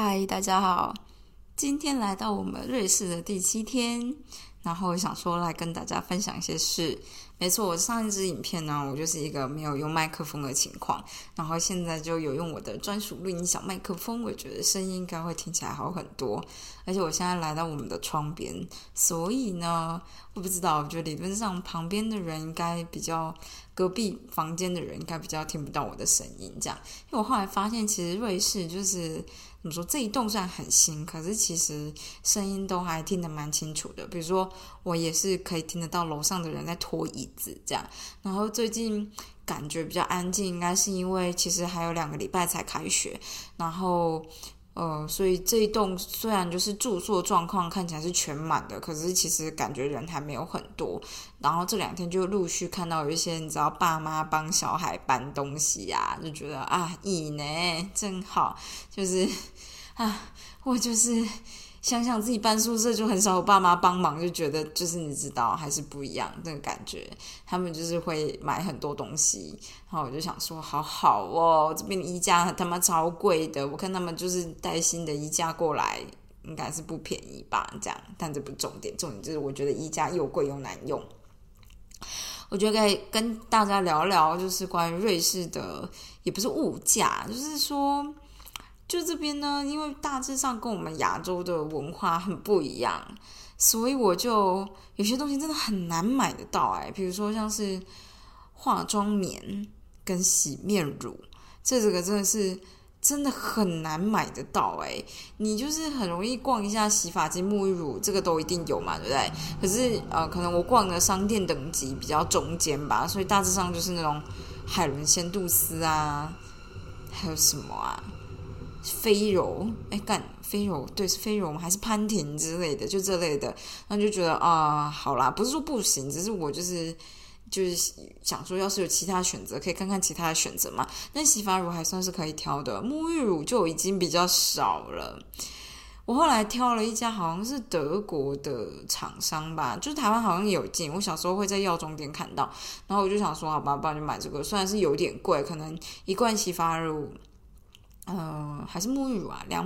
嗨，大家好，今天来到我们瑞士的第7天，然后想说来跟大家分享一些事。没错，我上一支影片呢，我就是一个没有用麦克风的情况，然后现在就有用我的专属录音小麦克风，我觉得声音应该会听起来好很多。而且我现在来到我们的窗边，所以呢，我不知道，我觉得理论上旁边的人应该比较，隔壁房间的人应该比较听不到我的声音，这样。因为我后来发现，其实瑞士就是怎么说，这一栋虽然很新，可是其实声音都还听得蛮清楚的。比如说，我也是可以听得到楼上的人在拖椅子这样。然后最近感觉比较安静，应该是因为其实还有2个礼拜才开学，然后所以这一栋虽然就是住宿状况看起来是全满的，可是其实感觉人还没有很多。然后这2天就陆续看到有一些你知道爸妈帮小孩搬东西啊，就觉得意呢真好，就是我就是想想自己搬宿舍就很少有爸妈帮忙，就觉得就是你知道还是不一样那个感觉。他们就是会买很多东西，然后我就想说好好哦，这边的衣架他妈超贵的，我看他们就是带新的衣架过来应该是不便宜吧这样，但这不是重点，重点就是我觉得衣架又贵又难用。我觉得可以跟大家聊聊就是关于瑞士的，也不是物价，就是说就这边呢，因为大致上跟我们亚洲的文化很不一样，所以我就有些东西真的很难买得到比如说像是化妆棉跟洗面乳，这个真的很难买得到你就是很容易逛一下洗发精、沐浴乳，这个都一定有嘛，对不对？可是可能我逛的商店等级比较中间吧，所以大致上就是那种海伦仙度丝啊，还有什么飞柔，飞柔，对，是飞柔吗？还是潘婷之类的，就这类的，那就觉得好啦，不是说不行，只是我就是想说，要是有其他选择，可以看看其他的选择嘛。但洗发乳还算是可以挑的，沐浴乳就已经比较少了。我后来挑了一家好像是德国的厂商吧，就是台湾好像有进，我小时候会在药妆店看到，然后我就想说，好吧，不然就买这个，虽然是有点贵，可能一罐洗发乳。还是沐浴乳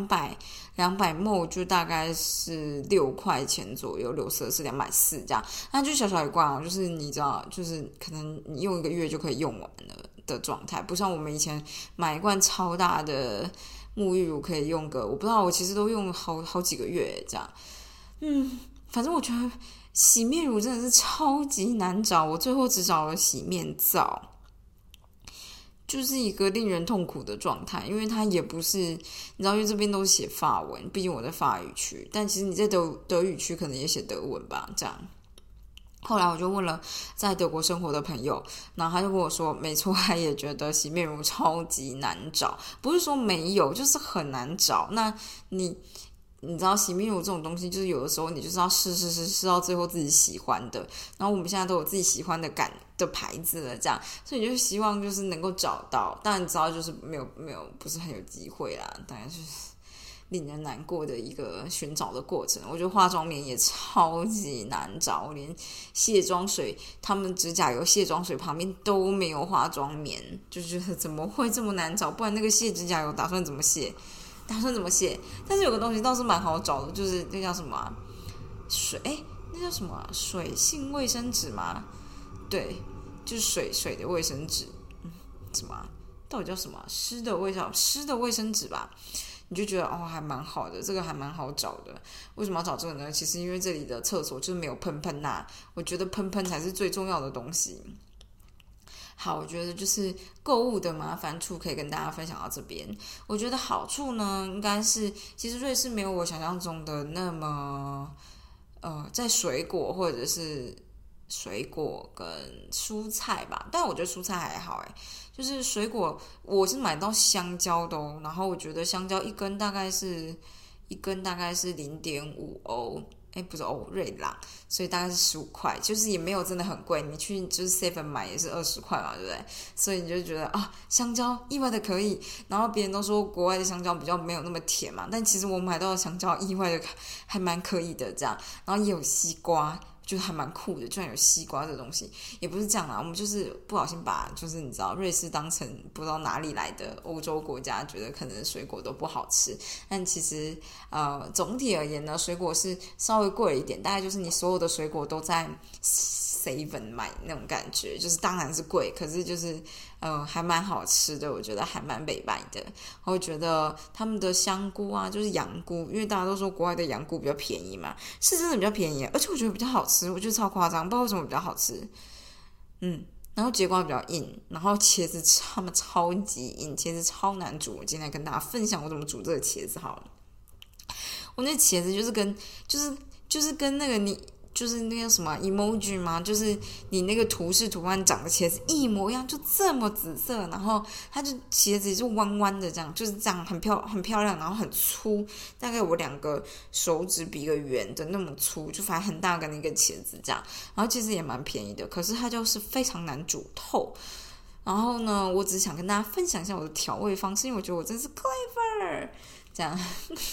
200ml 就大概是6块钱左右，6是240这样，那就小小一罐就是你知道，就是可能你用1个月就可以用完了的状态，不像我们以前买一罐超大的沐浴乳可以用个，我不知道，我其实都用好几个月这样。反正我觉得洗面乳真的是超级难找，我最后只找了洗面皂。就是一个令人痛苦的状态，因为它也不是，你知道，因为这边都是写法文，毕竟我在法语区，但其实你在德语区可能也写德文吧，这样。后来我就问了在德国生活的朋友，然后他就跟我说，没错，他也觉得洗面乳超级难找，不是说没有，就是很难找。那你知道洗面乳这种东西，就是有的时候你就是要试到最后自己喜欢的。然后我们现在都有自己喜欢的牌子了，这样，所以你就希望就是能够找到，但你知道就是没有不是很有机会啦，当然是令人难过的一个寻找的过程。我觉得化妆棉也超级难找，连卸妆水，他们指甲油卸妆水旁边都没有化妆棉，就觉得怎么会这么难找？不然那个卸指甲油打算怎么卸？但是有个东西倒是蛮好找的，就是那叫什么那叫什么水性卫生纸吗？对，就是水的卫生纸，什么到底叫什么？湿的卫生纸吧？你就觉得还蛮好的，这个还蛮好找的。为什么要找这个呢？其实因为这里的厕所就是没有喷喷我觉得喷喷才是最重要的东西。好，我觉得就是购物的麻烦处可以跟大家分享到这边。我觉得好处呢，应该是其实瑞士没有我想象中的那么在水果或者是水果跟蔬菜吧，但我觉得蔬菜还好就是水果我是买到香蕉的然后我觉得香蕉一根大概是0.5欧。不是瑞郎，所以大概是15块，就是也没有真的很贵。你去就是 7 买也是20块嘛，对不对？所以你就觉得香蕉意外的可以。然后别人都说国外的香蕉比较没有那么甜嘛，但其实我买到的香蕉意外的还蛮可以的这样。然后也有西瓜， 就还蛮酷的，居然有西瓜这东西。也不是这样啦，我们就是不小心把就是你知道瑞士当成不知道哪里来的欧洲国家，觉得可能水果都不好吃。但其实总体而言呢，水果是稍微贵一点，大概就是你所有的水果都在 Seven 买那种感觉，就是当然是贵，可是就是还蛮好吃的，我觉得还蛮美白的。我觉得他们的香菇啊，就是洋菇，因为大家都说国外的洋菇比较便宜嘛，是真的比较便宜，而且我觉得比较好吃，我觉得超夸张，不知道为什么比较好吃。然后节瓜比较硬，然后茄子他们超级硬，茄子超难煮。我今天跟大家分享我怎么煮这个茄子好了。我那茄子就是跟那个你就是那个什么 emoji 吗？就是你那个图示图案长的茄子一模一样，就这么紫色，然后它就茄子就弯弯的这样，就是这样很漂亮，然后很粗，大概我2个手指比个圆的那么粗，就反正很大个那个茄子这样，然后其实也蛮便宜的，可是它就是非常难煮透。然后呢，我只想跟大家分享一下我的调味方式，因为我觉得我真是 clever， 这样。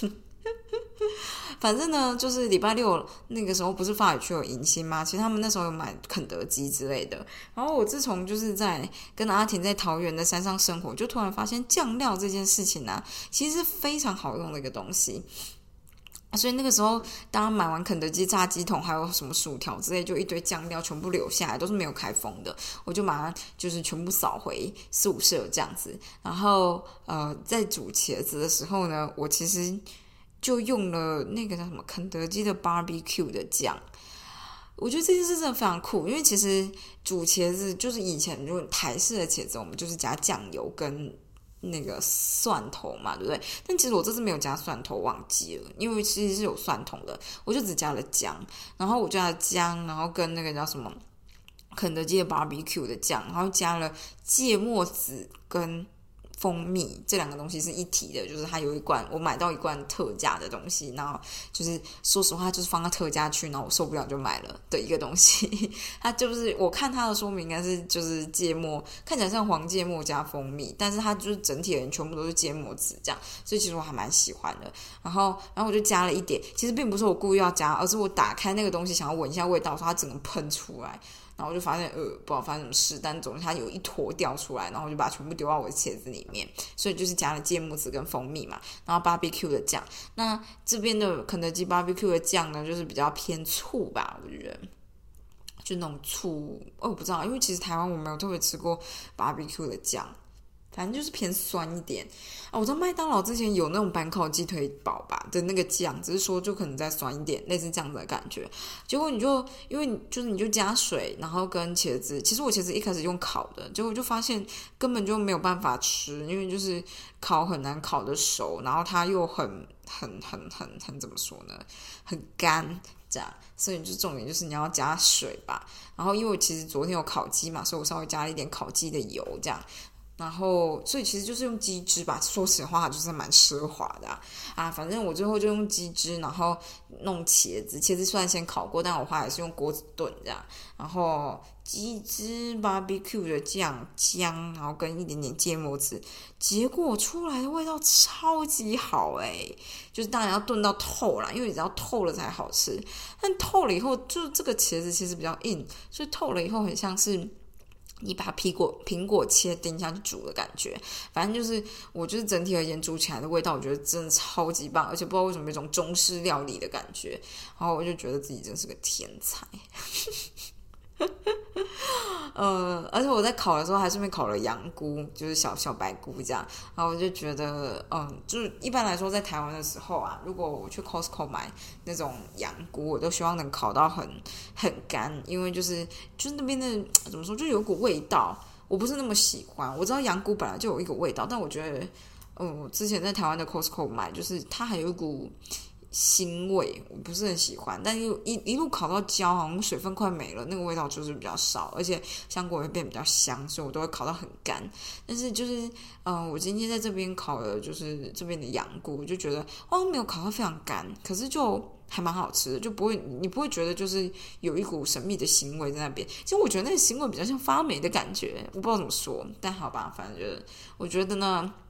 反正呢，就是礼拜六那个时候不是法语区有迎新吗？其实他们那时候有买肯德基之类的。然后我自从就是在跟阿婷在桃园的山上生活，就突然发现酱料这件事情啊，其实是非常好用的一个东西。所以那个时候，当买完肯德基炸鸡桶，还有什么薯条之类，就一堆酱料全部留下来，都是没有开封的，我就马上就是全部扫回宿舍这样子。然后在煮茄子的时候呢，我其实就用了那个叫什么肯德基的 barbecue 的酱。我觉得这件事真的非常酷，因为其实煮茄子就是以前如果台式的茄子，我们就是加酱油跟那个蒜头嘛，对不对？但其实我这次没有加蒜头，忘记了，因为其实是有蒜头的，我就只加了姜，然后我加了姜，然后跟那个叫什么肯德基的 barbecue 的酱，然后加了芥末籽跟蜂蜜，这2个东西是一体的，就是它有一罐，我买到一罐特价的东西，然后就是说实话就是放到特价去，然后我受不了就买了的一个东西。它就是我看它的说明应该是就是芥末，看起来像黄芥末加蜂蜜，但是它就是整体的人全部都是芥末籽这样，所以其实我还蛮喜欢的。然后我就加了一点，其实并不是我故意要加，而是我打开那个东西想要闻一下味道，说它整个喷出来。然后我就发现不知道发生什么事，但总之它有一坨掉出来，然后我就把它全部丢到我的茄子里面，所以就是加了芥末籽跟蜂蜜嘛，然后 barbecue 的酱。那这边的肯德基 barbecue 的酱呢，就是比较偏醋吧，我觉得就那种醋，我不知道，因为其实台湾我没有特别吃过 barbecue 的酱。反正就是偏酸一点我知道麦当劳之前有那种板烤鸡腿堡吧的那个酱，只是说就可能再酸一点，类似这样子的感觉。结果你就因为你就加水，然后跟茄子，其实我茄子一开始用烤的，结果就发现根本就没有办法吃，因为就是烤很难烤的熟，然后它又很怎么说呢，很干。这样，所以就重点就是你要加水吧。然后因为我其实昨天有烤鸡嘛，所以我稍微加了一点烤鸡的油，这样。然后，所以其实就是用鸡汁吧。说实话，就是蛮奢华的反正我最后就用鸡汁，然后弄茄子。茄子虽然先烤过，但我后来是用锅子炖这样。然后鸡汁、barbecue 的酱、姜，然后跟一点点芥末籽，结果出来的味道超级好就是当然要炖到透啦，因为你只要透了才好吃。但透了以后，就这个茄子其实比较硬，所以透了以后很像是你把苹果切丁下去煮的感觉。反正就是我就是整体而言煮起来的味道我觉得真的超级棒，而且不知道为什么有一种中式料理的感觉，然后我就觉得自己真是个天才。而且我在烤的时候还顺便烤了洋菇，就是小白菇这样。然后我就觉得就是一般来说在台湾的时候如果我去 Costco 买那种洋菇，我都希望能烤到很干，因为就是那边的怎么说，就有股味道我不是那么喜欢。我知道洋菇本来就有一个味道，但我觉得我之前在台湾的 Costco 买，就是它还有一股腥味，我不是很喜欢，但一路烤到焦，好像水分快没了，那个味道就是比较少，而且香果会变比较香，所以我都会烤到很干。但是就是我今天在这边烤的就是这边的洋菇，我就觉得没有烤到非常干，可是就还蛮好吃的，就你不会觉得就是有一股神秘的腥味在那边。其实我觉得那个腥味比较像发霉的感觉，我不知道怎么说，但好吧，反正我觉得呢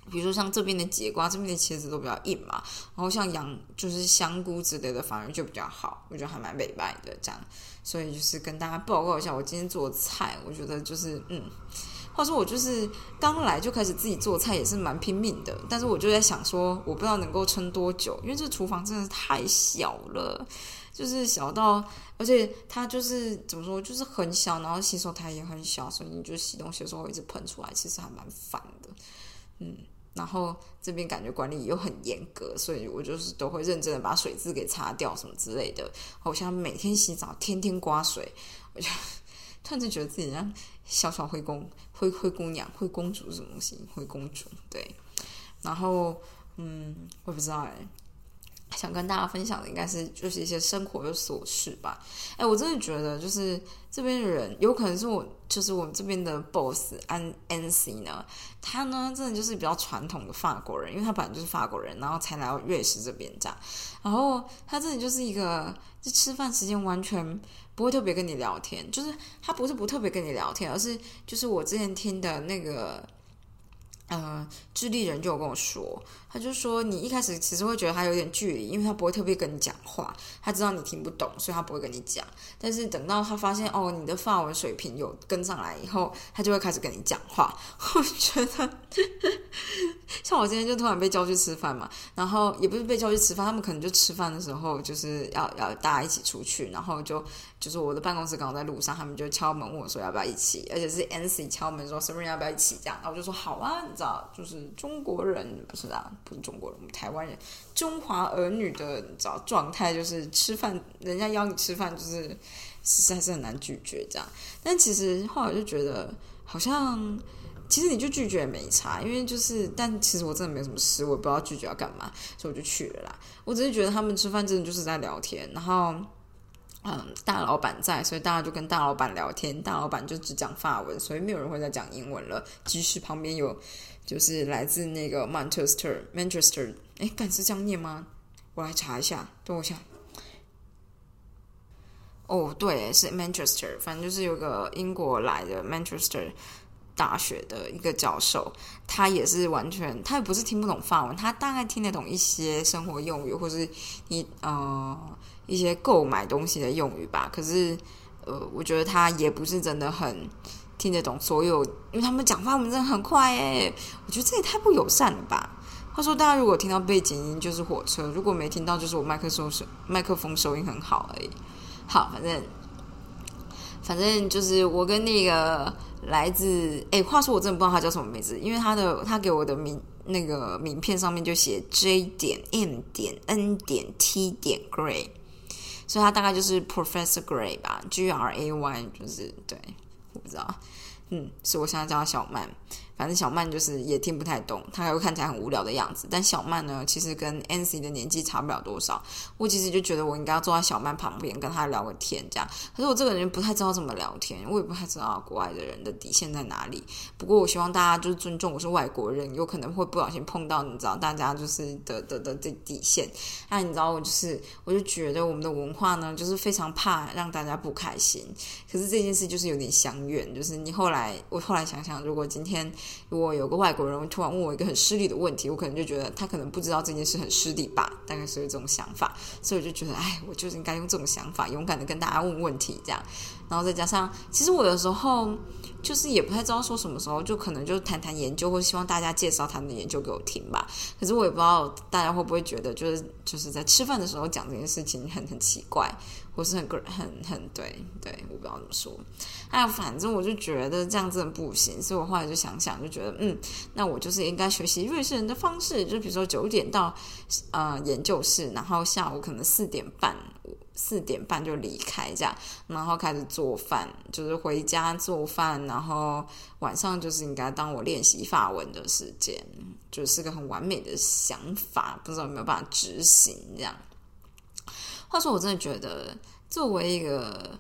比如说像这边的节瓜，这边的茄子都比较硬嘛，然后像就是香菇之类的反而就比较好，我觉得还蛮美白的这样。所以就是跟大家报告一下我今天做的菜，我觉得就是话说我就是刚来就开始自己做菜，也是蛮拼命的，但是我就在想说我不知道能够撑多久，因为这厨房真的太小了，就是小到，而且它就是怎么说，就是很小，然后洗手台也很小，所以你就洗东西的时候会一直喷出来，其实还蛮烦的。然后这边感觉管理又很严格，所以我就是都会认真的把水渍给擦掉什么之类的。我现在每天洗澡，天天刮水，我就突然间觉得自己像小小灰姑娘、灰公主是什么东西？灰公主对。然后我不知道想跟大家分享的应该是就是一些生活的琐事吧。我真的觉得就是这边的人有可能是就是我们这边的 boss Ancy 呢，他呢真的就是比较传统的法国人，因为他本来就是法国人，然后才来到瑞士这边这样。然后他真的就是一个就吃饭时间完全不会特别跟你聊天，就是他不是不特别跟你聊天，而是就是我之前听的那个智利人就有跟我说，他就说你一开始其实会觉得他有点距离，因为他不会特别跟你讲话，他知道你听不懂，所以他不会跟你讲。但是等到他发现你的法文水平有跟上来以后，他就会开始跟你讲话。我觉得像我今天就突然被叫去吃饭嘛，然后也不是被叫去吃饭，他们可能就吃饭的时候就是要大家一起出去，然后就是我的办公室刚好在路上，他们就敲门问我说要不要一起，而且是 Ancy 敲门说 Sabrina 要不要一起这样，然后我就说好啊，你知道就是中国人不是中国人，我们台湾人中华儿女的你知道状态，就是吃饭人家邀你吃饭就是实在是很难拒绝这样。但其实后来就觉得好像其实你就拒绝也没差，因为就是但其实我真的没什么事，我也不知道拒绝要干嘛，所以我就去了啦。我只是觉得他们吃饭真的就是在聊天，然后大老板在，所以大家就跟大老板聊天，大老板就只讲法文，所以没有人会再讲英文了。即使旁边有就是来自那个 Manchester， 是这样念吗？我来查一下，等我一下。对，是 Manchester， 反正就是有个英国来的 Manchester 大学的一个教授，他也是完全，他也不是听不懂法文，他大概听得懂一些生活用语，或是一些购买东西的用语吧。可是我觉得他也不是真的很听得懂所有，因为他们讲法文真的很快我觉得这也太不友善了吧。话说大家如果听到背景音就是火车，如果没听到就是我麦克风收音很好而已。好，反正就是我跟那个来自话说我真的不知道他叫什么名字，因为他给我的那个名片上面就写 J.M.N.T.Gray， 所以他大概就是 Professor Gray 吧， Gray， 就是对，我不知道，所以我现在叫他小曼。反正小曼就是也听不太懂，他又看起来很无聊的样子。但小曼呢，其实跟 Ancy 的年纪差不了多少。我其实就觉得我应该要坐在小曼旁边跟他聊个天这样。可是我这个人不太知道怎么聊天，我也不太知道国外的人的底线在哪里。不过我希望大家就是尊重我是外国人，有可能会不小心碰到你知道大家就是的底线。那你知道我就觉得我们的文化呢，就是非常怕让大家不开心。可是这件事就是有点相怨，就是我后来想想，如果今天如果有个外国人突然问我一个很失礼的问题，我可能就觉得他可能不知道这件事很失礼吧，大概是有这种想法。所以我就觉得我就是应该用这种想法勇敢的跟大家问问题这样。然后再加上其实我有时候就是也不太知道说什么时候就可能就谈谈研究，或者希望大家介绍他们的研究给我听吧。可是我也不知道大家会不会觉得就是在吃饭的时候讲这件事情很奇怪，或是很对，我不知道怎么说。反正我就觉得这样真的不行，所以我后来就想想，就觉得那我就是应该学习瑞士人的方式，就比如说9点到研究室，然后下午可能4点半就离开这样，然后开始做饭，就是回家做饭，然后晚上就是应该当我练习法文的时间，就是个很完美的想法，不知道有没有办法执行这样。话说我真的觉得作为一个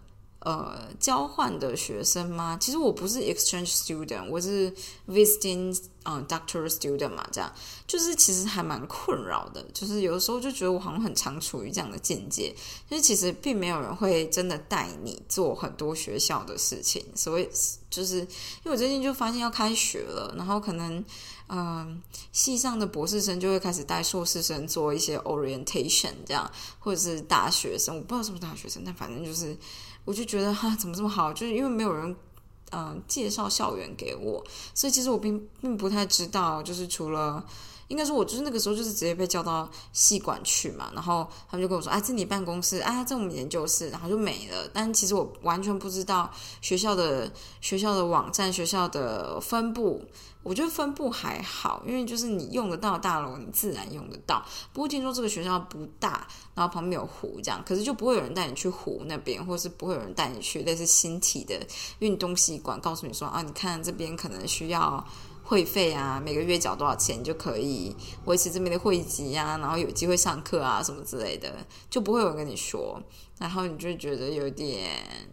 交换的学生吗？其实我不是 exchange student， 我是 visiting doctoral student 嘛，这样就是其实还蛮困扰的，就是有的时候就觉得我好像很常处于这样的境界，就是其实并没有人会真的带你做很多学校的事情，所以就是因为我最近就发现要开学了，然后可能系上的博士生就会开始带硕士生做一些 orientation 这样，或者是大学生，我不知道是不是大学生，但反正就是我就觉得怎么这么好，就是因为没有人介绍校园给我，所以其实我并不太知道，就是除了应该说我就是那个时候就是直接被叫到系馆去嘛，然后他们就跟我说这你办公室这我们研究室，然后就没了。但其实我完全不知道学校的网站、学校的分布。我觉得分布还好，因为就是你用得到大楼，你自然用得到。不过听说这个学校不大，然后旁边有湖这样，可是就不会有人带你去湖那边，或是不会有人带你去类似新体的运动系馆，告诉你说你看这边可能需要会费每个月缴多少钱，你就可以维持这边的会籍然后有机会上课什么之类的，就不会有人跟你说，然后你就觉得有点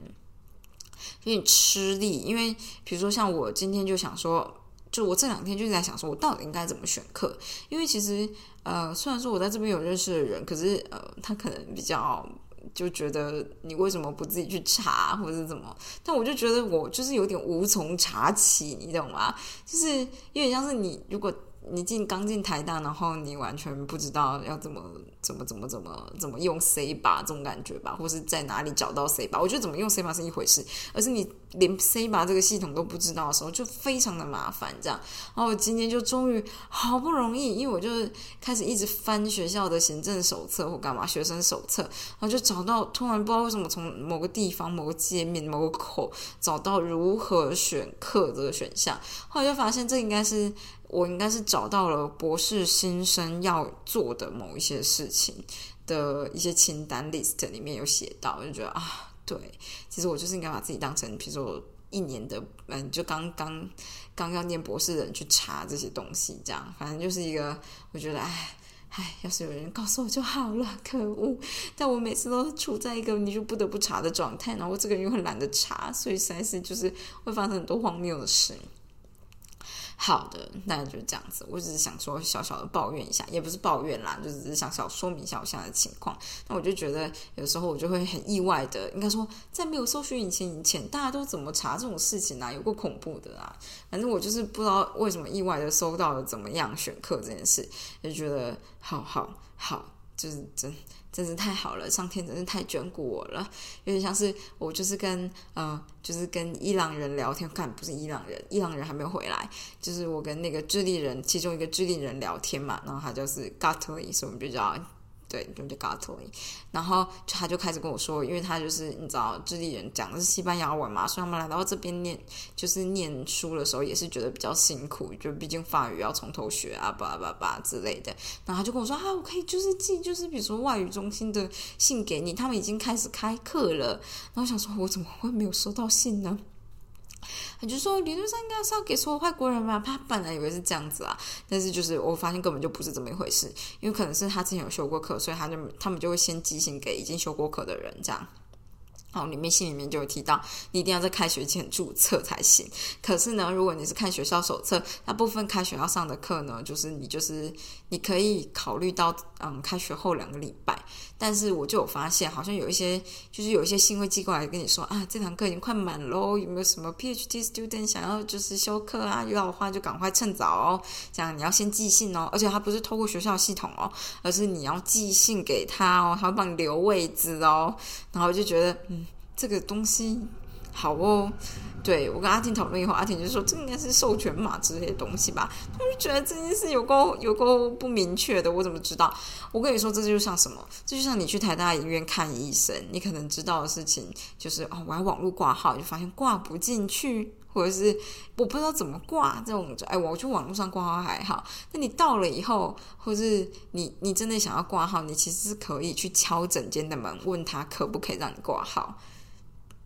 吃力，因为比如说像我今天就想说。就我这2天就在想说我到底应该怎么选课，因为其实虽然说我在这边有认识的人，可是他可能比较就觉得你为什么不自己去查或者是怎么，但我就觉得我就是有点无从查起，你懂吗？就是有点像是你如果你刚进台大，然后你完全不知道要怎么用 C 把这种感觉吧，或是在哪里找到 C 把，我觉得怎么用 C 把是一回事，而是你连 C 把这个系统都不知道的时候，就非常的麻烦这样。然后我今天就终于好不容易，因为我就开始一直翻学校的行政手册或干嘛学生手册，然后就找到，突然不知道为什么从某个地方、某个界面、某个口找到如何选课这个选项，后来就发现我应该是找到了博士新生要做的某一些事情的一些清单 list 里面有写到，我就觉得对，其实我就是应该把自己当成比如说1年的就刚要念博士的人去查这些东西，这样反正就是一个我觉得要是有人告诉我就好了，可恶！但我每次都处在一个你就不得不查的状态，然后我这个人又很懒得查，所以实在是就是会发生很多荒谬的事。好的，那就这样子。我只是想说小小的抱怨一下，也不是抱怨啦，就只是想说明一下我现在的情况。那我就觉得有时候我就会很意外的，应该说在没有搜寻引擎以前，大家都怎么查这种事情有够恐怖的反正我就是不知道为什么意外的收到了怎么样选课这件事，就觉得好，就是真是太好了，上天真是太眷顾我了。有点像是我就是跟伊朗人聊天，不是伊朗人还没有回来，就是我跟那个智利人其中一个智利人聊天嘛，然后他就是 Gatli， 所以我们就叫对，就叫 Gatli。然后他就开始跟我说，因为他就是你知道智利人讲的是西班牙文嘛，所以他们来到这边念书的时候也是觉得比较辛苦，就毕竟法语要从头学巴拉巴拉之类的。然后他就跟我说我可以就是寄就是比如说外语中心的信给你，他们已经开始开课了。然后我想说我怎么会没有收到信呢？他就说理论上应该是要给所有外国人吧，他本来以为是这样子但是就是我发现根本就不是这么一回事，因为可能是他之前有修过课，所以他们就会先寄信给已经修过课的人这样。信里面就有提到你一定要在开学前注册才行。可是呢，如果你是看学校手册，大部分开学要上的课呢，你可以考虑到开学后2个礼拜。但是我就有发现，好像有一些信会寄过来跟你说这堂课已经快满咯，有没有什么 PhD student 想要就是修课有的话就赶快趁早这样你要先寄信而且它不是透过学校系统而是你要寄信给他他会帮你留位置然后我就觉得这个东西好对，我跟阿婷讨论以后，阿婷就说这应该是授权码之类的东西吧。我就觉得这件事有够不明确的，我怎么知道？我跟你说，这就像什么？这就像你去台大医院看医生，你可能知道的事情就是我要网络挂号，就发现挂不进去，或者是我不知道怎么挂这种，我去网络上挂号还好。那你到了以后，或是你真的想要挂号，你其实是可以去敲诊间的门，问他可不可以让你挂号。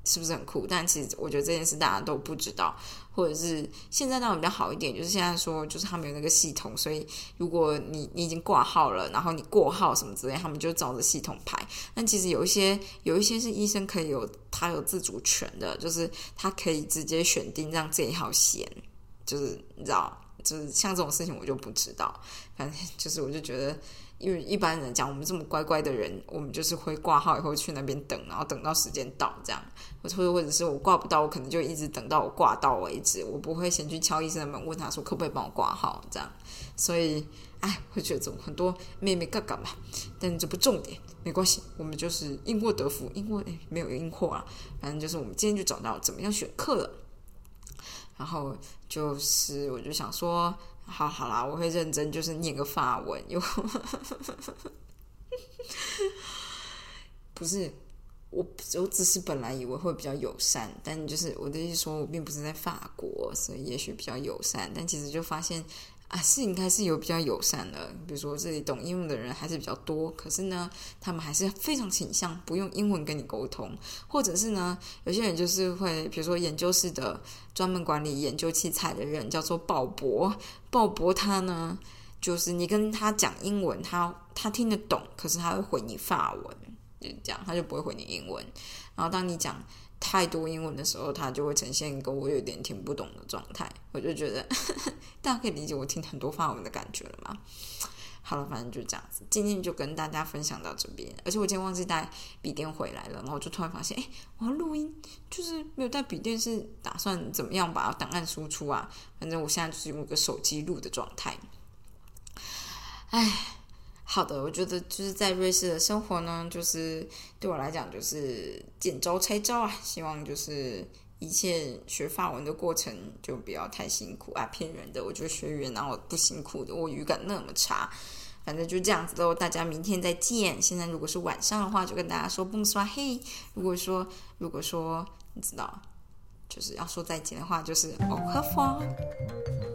是不是很酷？但其实我觉得这件事大家都不知道，或者是现在当然比较好一点，就是现在说就是他们有那个系统，所以如果你已经挂号了，然后你过号什么之类，他们就照着系统排。但其实有一些是医生可以他有自主权的，就是他可以直接选定让这一号先，就是你知道，就是像这种事情我就不知道，反正就是我就觉得。因为一般人讲，我们这么乖乖的人，我们就是会挂号以后去那边等，然后等到时间到这样，或者是我挂不到，我可能就一直等到我挂到为止，我不会先去敲医生的门问他说可不可以帮我挂号这样。所以，会觉得这种很多妹妹嘎嘎嘛，但这不重点，没关系，我们就是因祸得福，没有因祸啊，反正就是我们今天就找到怎么样选课了。然后就是我就想说。好啦，我会认真，就是念个法文，不是我只是本来以为会比较友善，但就是我的意思说，我并不是在法国，所以也许比较友善，但其实就发现是应该是有比较友善的，比如说这里懂英文的人还是比较多，可是呢，他们还是非常倾向不用英文跟你沟通，或者是呢，有些人就是会，比如说研究室的专门管理研究器材的人叫做鲍勃他呢，就是你跟他讲英文，他听得懂，可是他会回你法文，就这样，他就不会回你英文，然后当你讲太多英文的时候，他就会呈现一个我有点听不懂的状态。我就觉得大家可以理解我听很多法文的感觉了吗？好了，反正就这样子，今天就跟大家分享到这边。而且我今天忘记带笔电回来了，然后我就突然发现，我要录音，就是没有带笔电，是打算怎么样把档案输出啊？反正我现在就是用一个手机录的状态。好的，我觉得就是在瑞士的生活呢，就是对我来讲就是见招拆招啊，希望就是一切学法文的过程就不要太辛苦啊，骗人的，我觉得学语言然后不辛苦的，我语感那么差，反正就这样子喽，大家明天再见。现在如果是晚上的话，就跟大家说bonsoir嘿，如果说你知道，就是要说再见的话，就是au revoir。